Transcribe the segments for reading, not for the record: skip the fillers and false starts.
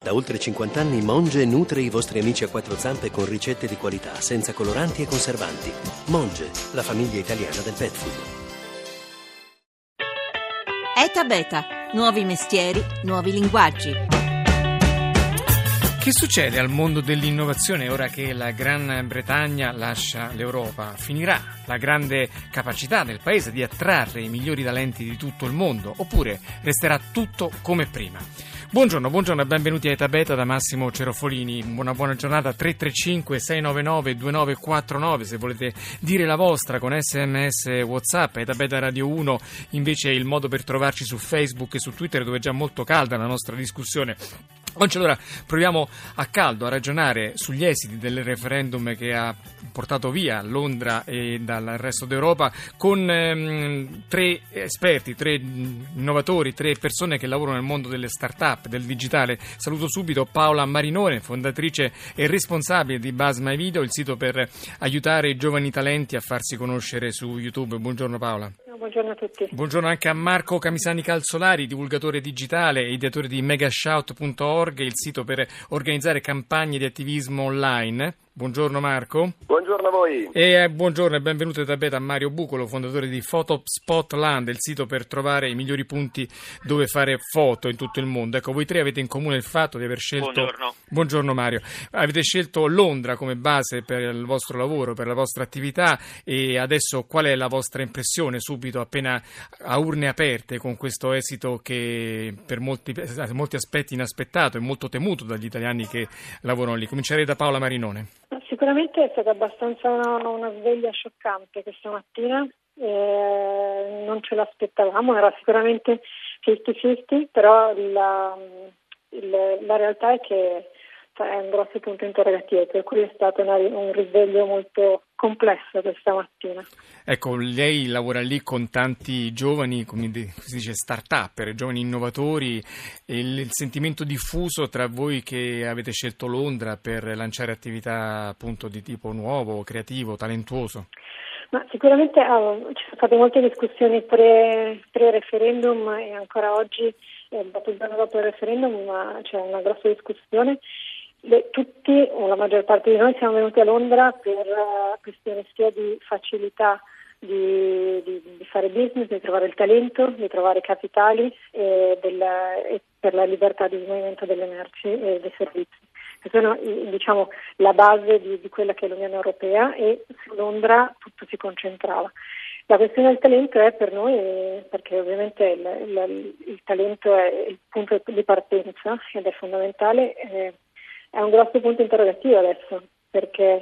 Da oltre 50 anni Monge nutre i vostri amici a quattro zampe con ricette di qualità, senza coloranti e conservanti. Monge, la famiglia italiana del pet food. ETA Beta, nuovi mestieri, nuovi linguaggi. Che succede al mondo dell'innovazione ora che la Gran Bretagna lascia l'Europa? Finirà la grande capacità del paese di attrarre i migliori talenti di tutto il mondo, oppure resterà tutto come prima? Buongiorno e benvenuti a ETA Beta da Massimo Cerofolini. Una buona giornata. 335-699-2949 se volete dire la vostra con SMS WhatsApp. ETA Beta Radio 1 invece è il modo per trovarci su Facebook e su Twitter, dove è già molto calda la nostra discussione. Oggi allora proviamo a caldo a ragionare sugli esiti del referendum che ha portato via Londra e dal resto d'Europa con tre esperti, tre innovatori, tre persone che lavorano nel mondo delle start-up, del digitale. Saluto subito Paola Marinone, fondatrice e responsabile di Buzz My Video, il sito per aiutare i giovani talenti a farsi conoscere su YouTube. Buongiorno Paola. Buongiorno a tutti. Buongiorno anche a Marco Camisani Calzolari, divulgatore digitale e ideatore di megashout.org, il sito per organizzare campagne di attivismo online. Buongiorno Marco. Buongiorno a voi. E buongiorno e benvenuto da Beta a Mario Bucolo, fondatore di Photospotland, il sito per trovare i migliori punti dove fare foto in tutto il mondo. Ecco, voi tre avete in comune il fatto di aver scelto... Buongiorno Mario. Avete scelto Londra come base per il vostro lavoro, per la vostra attività, e adesso qual è la vostra impressione subito appena a urne aperte con questo esito che per molti aspetti inaspettato e molto temuto dagli italiani che lavorano lì? Comincerei da Paola Marinone. Sicuramente è stata abbastanza una sveglia scioccante questa mattina, non ce l'aspettavamo, era sicuramente 50-50, però la realtà è che è un grosso punto interrogativo, per cui è stato un risveglio molto complesso questa mattina. Ecco, lei lavora lì con tanti giovani, come si dice, start-upper, giovani innovatori, e il sentimento diffuso tra voi che avete scelto Londra per lanciare attività appunto di tipo nuovo, creativo, talentuoso. Ma sicuramente ci sono state molte discussioni pre-referendum e ancora oggi, dopo il giorno dopo il referendum, c'è una grossa discussione. Tutti, o la maggior parte di noi, siamo venuti a Londra per questioni sia di facilità di fare business, di trovare il talento, di trovare capitali e per la libertà di movimento delle merci e dei servizi, che sono la base di quella che è l'Unione Europea, e su Londra tutto si concentrava. La questione del talento è per noi, perché ovviamente il talento è il punto di partenza ed è fondamentale, è un grosso punto interrogativo adesso, perché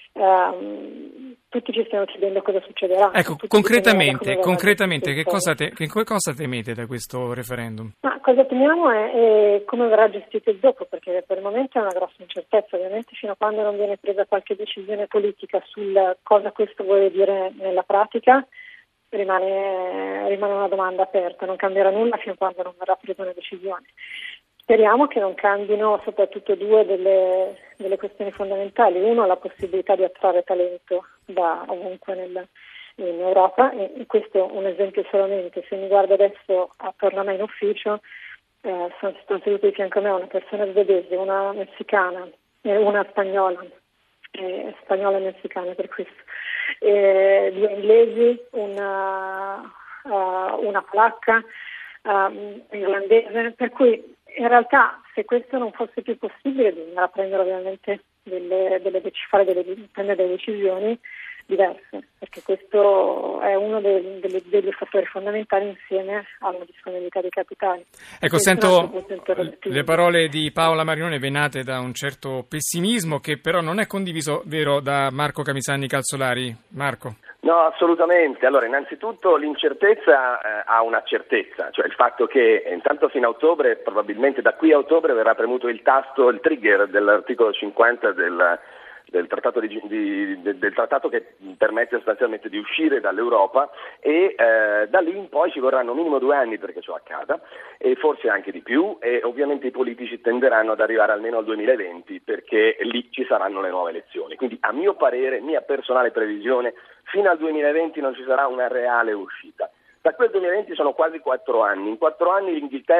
tutti ci stiamo chiedendo cosa succederà. Ecco, concretamente che cosa temete da questo referendum? Ma cosa temiamo è come verrà gestito il dopo, perché per il momento è una grossa incertezza. Ovviamente fino a quando non viene presa qualche decisione politica sul cosa questo vuole dire nella pratica, rimane una domanda aperta, non cambierà nulla fino a quando non verrà presa una decisione. Speriamo che non cambino soprattutto due delle questioni fondamentali. Uno, la possibilità di attrarre talento da ovunque in Europa, e questo è un esempio solamente. Se mi guardo adesso attorno a me in ufficio, sono seduti di fianco a me una persona svedese, una messicana e una spagnola e messicana per questo, due inglesi, una polacca, irlandese, per cui in realtà, se questo non fosse più possibile, bisognerà prendere ovviamente prendere delle decisioni diverse, perché questo è uno degli fattori fondamentali insieme alla disponibilità di capitali. Ecco, sento le parole di Paola Marinone venate da un certo pessimismo che però non è condiviso, vero, da Marco Camisani Calzolari. Marco? No, assolutamente. Allora, innanzitutto l'incertezza ha una certezza, cioè il fatto che intanto fino a ottobre, probabilmente da qui a ottobre, verrà premuto il trigger dell'articolo 50 del trattato del trattato che permette sostanzialmente di uscire dall'Europa, e da lì in poi ci vorranno minimo 2 anni perché ciò accada, e forse anche di più, e ovviamente i politici tenderanno ad arrivare almeno al 2020 perché lì ci saranno le nuove elezioni. Quindi a mio parere, mia personale previsione, fino al 2020 non ci sarà una reale uscita. Da quel 2020 sono quasi 4 anni. In 4 anni l'Inghilterra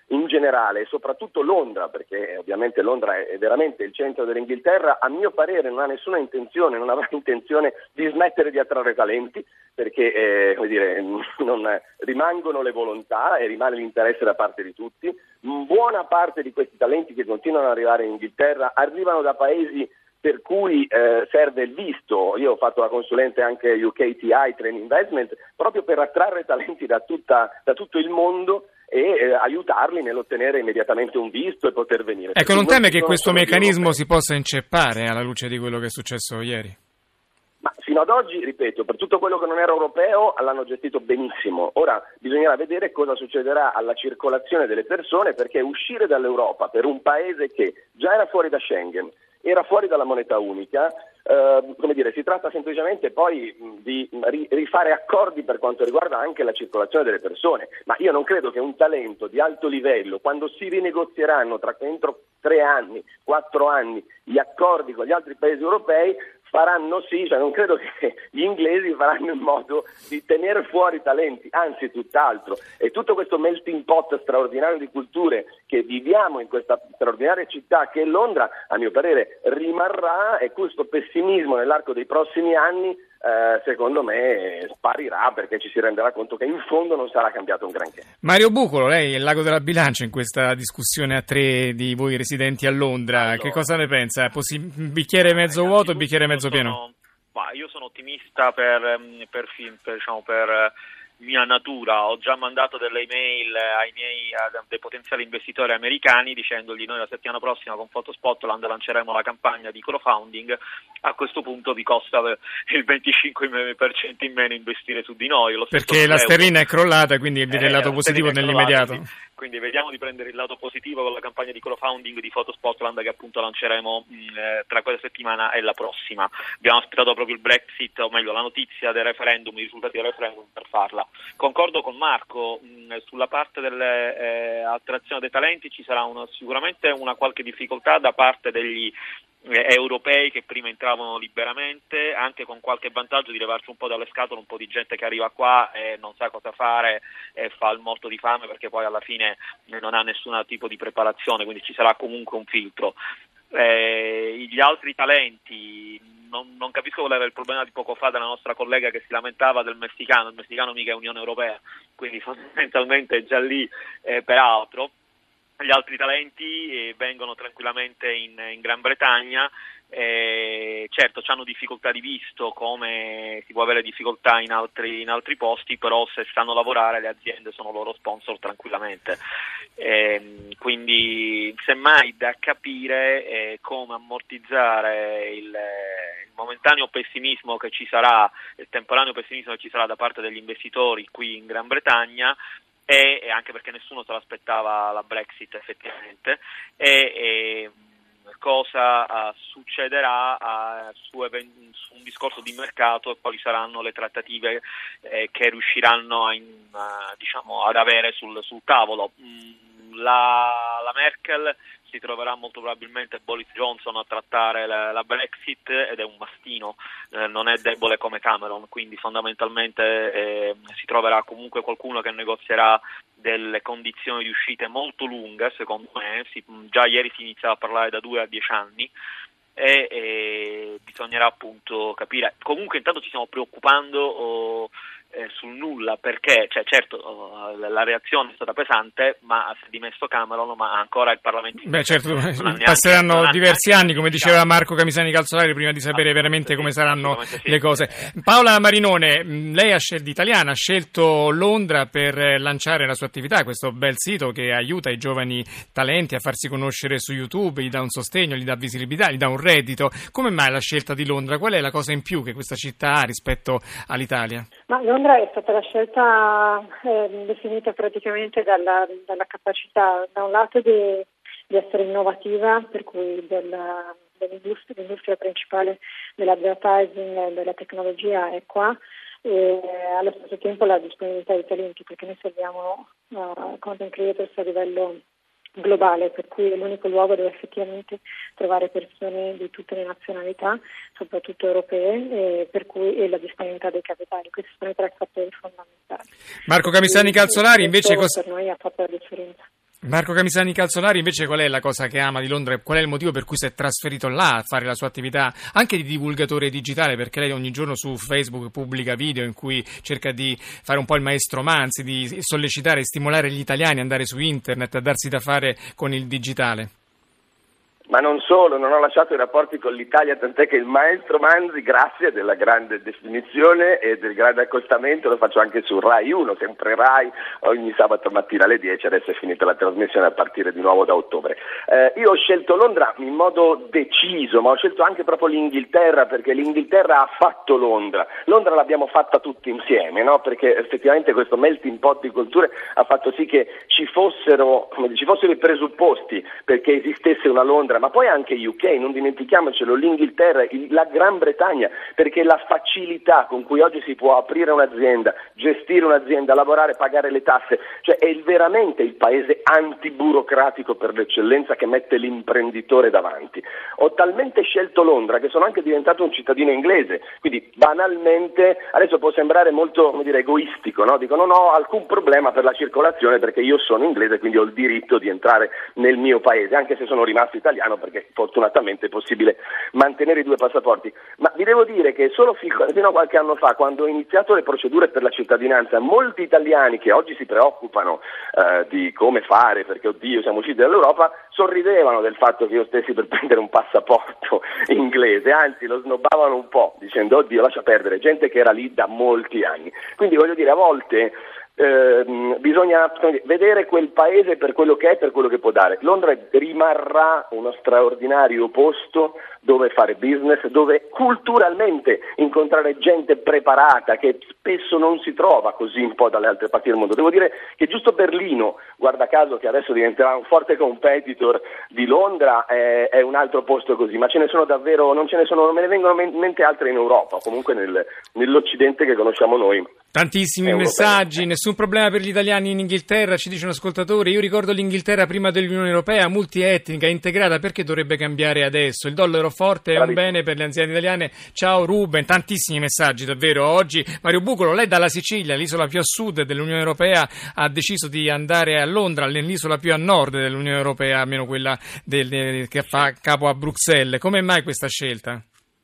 in generale, e soprattutto Londra, perché ovviamente Londra è veramente il centro dell'Inghilterra, a mio parere non ha nessuna intenzione, non avrà intenzione di smettere di attrarre talenti, perché non rimangono le volontà e rimane l'interesse da parte di tutti. Buona parte di questi talenti che continuano ad arrivare in Inghilterra arrivano da paesi per cui serve il visto. Io ho fatto la consulente anche UKTI Trade Investment proprio per attrarre talenti da tutto il mondo e aiutarli nell'ottenere immediatamente un visto e poter venire. Ecco, non teme che questo meccanismo si possa inceppare alla luce di quello che è successo ieri? Ma fino ad oggi, ripeto, per tutto quello che non era europeo l'hanno gestito benissimo. Ora bisognerà vedere cosa succederà alla circolazione delle persone, perché uscire dall'Europa per un paese che già era fuori da Schengen, era fuori dalla moneta unica, si tratta semplicemente poi di rifare accordi per quanto riguarda anche la circolazione delle persone, ma io non credo che un talento di alto livello, quando si rinegozieranno entro 3 anni, 4 anni gli accordi con gli altri paesi europei, faranno non credo che gli inglesi faranno in modo di tenere fuori talenti, anzi tutt'altro. E tutto questo melting pot straordinario di culture che viviamo in questa straordinaria città che è Londra, a mio parere rimarrà, e questo pessimismo nell'arco dei prossimi anni secondo me sparirà, perché ci si renderà conto che in fondo non sarà cambiato un granché. Mario Bucolo, lei è il l'ago della bilancia in questa discussione a 3 di voi residenti a Londra. Allora, che cosa ne pensa? Bicchiere mezzo vuoto o bicchiere mezzo pieno? Io sono ottimista per mia natura. Ho già mandato delle email a dei potenziali investitori americani dicendogli: noi la settimana prossima con Photospotland lanceremo la campagna di crowdfunding, a questo punto vi costa il 25% in meno investire su di noi. Perché la sterlina è crollata, quindi vede il lato positivo nell'immediato. Quindi vediamo di prendere il lato positivo con la campagna di crowdfunding di Photospotland, che appunto lanceremo tra questa settimana e la prossima. Abbiamo aspettato proprio il Brexit, o meglio la notizia del referendum, i risultati del referendum per farla. Concordo con Marco, sulla parte dell'attrazione dei talenti ci sarà sicuramente una qualche difficoltà da parte degli europei che prima entravano liberamente, anche con qualche vantaggio di levarci un po' dalle scatole un po' di gente che arriva qua e non sa cosa fare e fa il morto di fame, perché poi alla fine non ha nessun tipo di preparazione, quindi ci sarà comunque un filtro. Gli altri talenti, non capisco qual era il problema di poco fa della nostra collega che si lamentava del messicano. Il messicano mica è Unione Europea, quindi fondamentalmente è già lì per altro. Gli altri talenti vengono tranquillamente in Gran Bretagna. Certo, hanno difficoltà di visto, come si può avere difficoltà in altri posti, però se sanno lavorare le aziende sono loro sponsor tranquillamente. Quindi semmai da capire come ammortizzare il momentaneo pessimismo che ci sarà, il temporaneo pessimismo che ci sarà da parte degli investitori qui in Gran Bretagna, e anche perché nessuno se l'aspettava la Brexit effettivamente, e cosa succederà su un discorso di mercato e quali saranno le trattative che riusciranno ad avere sul tavolo. La Merkel si troverà molto probabilmente Boris Johnson a trattare la Brexit, ed è un mastino, non è debole come Cameron, quindi fondamentalmente si troverà comunque qualcuno che negozierà delle condizioni di uscite molto lunghe, secondo me. Già ieri si iniziava a parlare da 2 a 10 anni, e bisognerà appunto capire. Comunque intanto ci stiamo preoccupando sul nulla, perché certo la reazione è stata pesante, ma si è dimesso Cameron, ma ancora il Parlamento passeranno diversi anni, come diceva Marco Camisani Calzolari, prima di sapere veramente come saranno le cose. Paola Marinone, lei italiana, ha scelto Londra per lanciare la sua attività, questo bel sito che aiuta i giovani talenti a farsi conoscere su YouTube, gli dà un sostegno, gli dà visibilità, gli dà un reddito. Come mai la scelta di Londra? Qual è la cosa in più che questa città ha rispetto all'Italia? Ma Londra è stata la scelta definita praticamente dalla capacità, da un lato di essere innovativa, per cui l'industria principale dell'advertising e della tecnologia è qua, e allo stesso tempo la disponibilità di talenti, perché noi serviamo content creators a livello globale, per cui è l'unico luogo dove effettivamente trovare persone di tutte le nazionalità, soprattutto europee, e la disponibilità dei capitali. Questi sono i 3 fattori fondamentali. Marco Camisani Calzolari invece per noi ha fatto la differenza. Marco Camisani Calzolari, invece, qual è la cosa che ama di Londra e qual è il motivo per cui si è trasferito là a fare la sua attività anche di divulgatore digitale? Perché lei ogni giorno su Facebook pubblica video in cui cerca di fare un po' il maestro Manzi, di sollecitare e stimolare gli italiani ad andare su internet, a darsi da fare con il digitale. Ma non solo, non ho lasciato i rapporti con l'Italia, tant'è che il maestro Manzi, grazie della grande definizione e del grande accostamento, lo faccio anche su Rai 1, sempre Rai, ogni sabato mattina alle 10, adesso è finita la trasmissione a partire di nuovo da ottobre. Io ho scelto Londra in modo deciso, ma ho scelto anche proprio l'Inghilterra, perché l'Inghilterra ha fatto Londra. Londra l'abbiamo fatta tutti insieme, no? Perché effettivamente questo melting pot di culture ha fatto sì che ci fossero i presupposti perché esistesse una Londra, ma poi anche UK, non dimentichiamocelo, l'Inghilterra, la Gran Bretagna, perché la facilità con cui oggi si può aprire un'azienda, gestire un'azienda, lavorare, pagare le tasse, cioè è veramente il paese antiburocratico per l'eccellenza che mette l'imprenditore davanti. Ho talmente scelto Londra che sono anche diventato un cittadino inglese, quindi banalmente, adesso può sembrare molto, egoistico, no? Dico non ho alcun problema per la circolazione perché io sono inglese, quindi ho il diritto di entrare nel mio paese, anche se sono rimasto italiano, perché fortunatamente è possibile mantenere i due passaporti. Ma vi devo dire che solo fino a qualche anno fa, quando ho iniziato le procedure per la cittadinanza, molti italiani che oggi si preoccupano di come fare, perché oddio siamo usciti dall'Europa, sorridevano del fatto che io stessi per prendere un passaporto inglese, anzi lo snobbavano un po', dicendo oddio lascia perdere, gente che era lì da molti anni. Quindi voglio dire, a volte bisogna vedere quel paese per quello che è, per quello che può dare. Londra rimarrà uno straordinario posto dove fare business, dove culturalmente incontrare gente preparata che spesso non si trova così un po' dalle altre parti del mondo. Devo dire che giusto Berlino, guarda caso che adesso diventerà un forte competitor di Londra, è un altro posto così, ma ce ne sono davvero, non me ne vengono in mente altre in Europa, comunque nell'Occidente che conosciamo noi. Tantissimi messaggi, nessun problema per gli italiani in Inghilterra, ci dice un ascoltatore. Io ricordo l'Inghilterra prima dell'Unione Europea, multietnica, integrata, perché dovrebbe cambiare adesso? Il dollaro forte è un bene per le aziende italiane. Ciao Ruben, tantissimi messaggi davvero oggi. Mario Bucolo, lei dalla Sicilia, l'isola più a sud dell'Unione Europea, ha deciso di andare a Londra, l'isola più a nord dell'Unione Europea, almeno quella che fa capo a Bruxelles. Come mai questa scelta?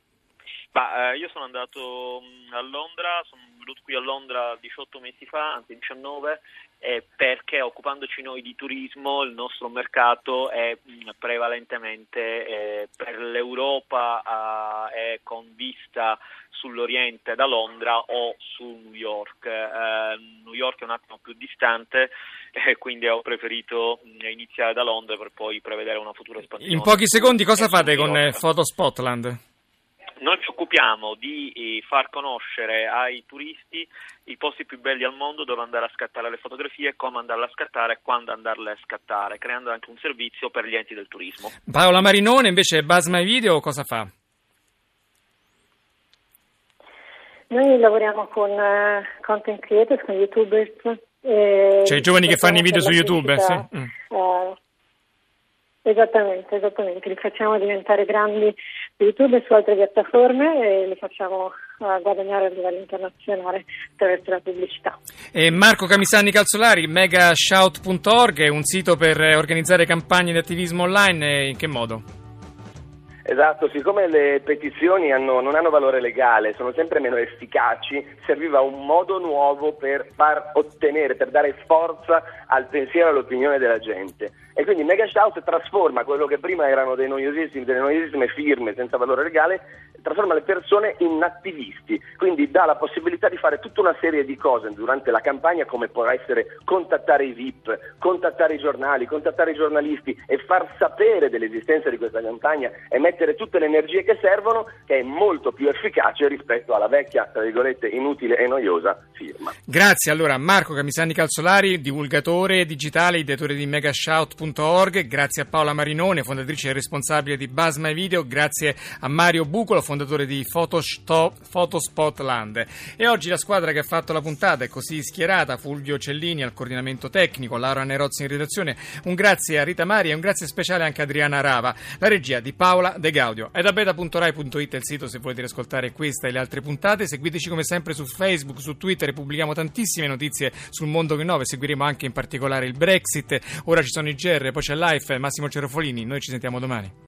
Io sono andato a Londra, sono venuto qui a Londra 18 mesi fa, anzi 19, perché occupandoci noi di turismo il nostro mercato è prevalentemente per l'Europa e con vista sull'Oriente da Londra o su New York. New York è un attimo più distante, quindi ho preferito iniziare da Londra per poi prevedere una futura espansione. In pochi secondi cosa fate con Photo Spotland? Noi ci occupiamo di far conoscere ai turisti i posti più belli al mondo dove andare a scattare le fotografie, come andarle a scattare e quando andarle a scattare, creando anche un servizio per gli enti del turismo. Paola Marinone invece Buzz My Video cosa fa? Noi lavoriamo con content creators, con youtubers. Cioè i giovani che fanno i video su YouTube? Sì. Esattamente, li facciamo diventare grandi su YouTube e su altre piattaforme e li facciamo guadagnare a livello internazionale attraverso la pubblicità. E Marco Camisani Calzolari, megashout.org è un sito per organizzare campagne di attivismo online, in che modo? Esatto, siccome le petizioni non hanno valore legale, sono sempre meno efficaci, serviva un modo nuovo per per dare forza al pensiero e all'opinione della gente. E quindi Megashout trasforma quello che prima erano delle noiosissime firme senza valore legale, trasforma le persone in attivisti, quindi dà la possibilità di fare tutta una serie di cose durante la campagna, come può essere contattare i VIP, contattare i giornali, contattare i giornalisti e far sapere dell'esistenza di questa campagna e mettere tutte le energie che servono, che è molto più efficace rispetto alla vecchia, tra virgolette, inutile e noiosa firma. Grazie allora Marco Camisani Calzolari, divulgatore digitale, ideatore di Megashout.org. edabeta.org, grazie a Paola Marinone, fondatrice e responsabile di Basma Video, grazie a Mario Bucolo, fondatore di Photospotland. E oggi la squadra che ha fatto la puntata è così schierata: Fulvio Cellini al coordinamento tecnico, Laura Nerozzi in redazione, un grazie a Rita Mari e un grazie speciale anche a Adriana Rava, la regia di Paola De Gaudio. edabeta.rai.it è il sito se volete ascoltare questa e le altre puntate. Seguiteci come sempre su Facebook, su Twitter, pubblichiamo tantissime notizie sul mondo G9, seguiremo anche in particolare il Brexit. Ora ci sono i GR, poi c'è Life, Massimo Cerofolini. Noi ci sentiamo domani.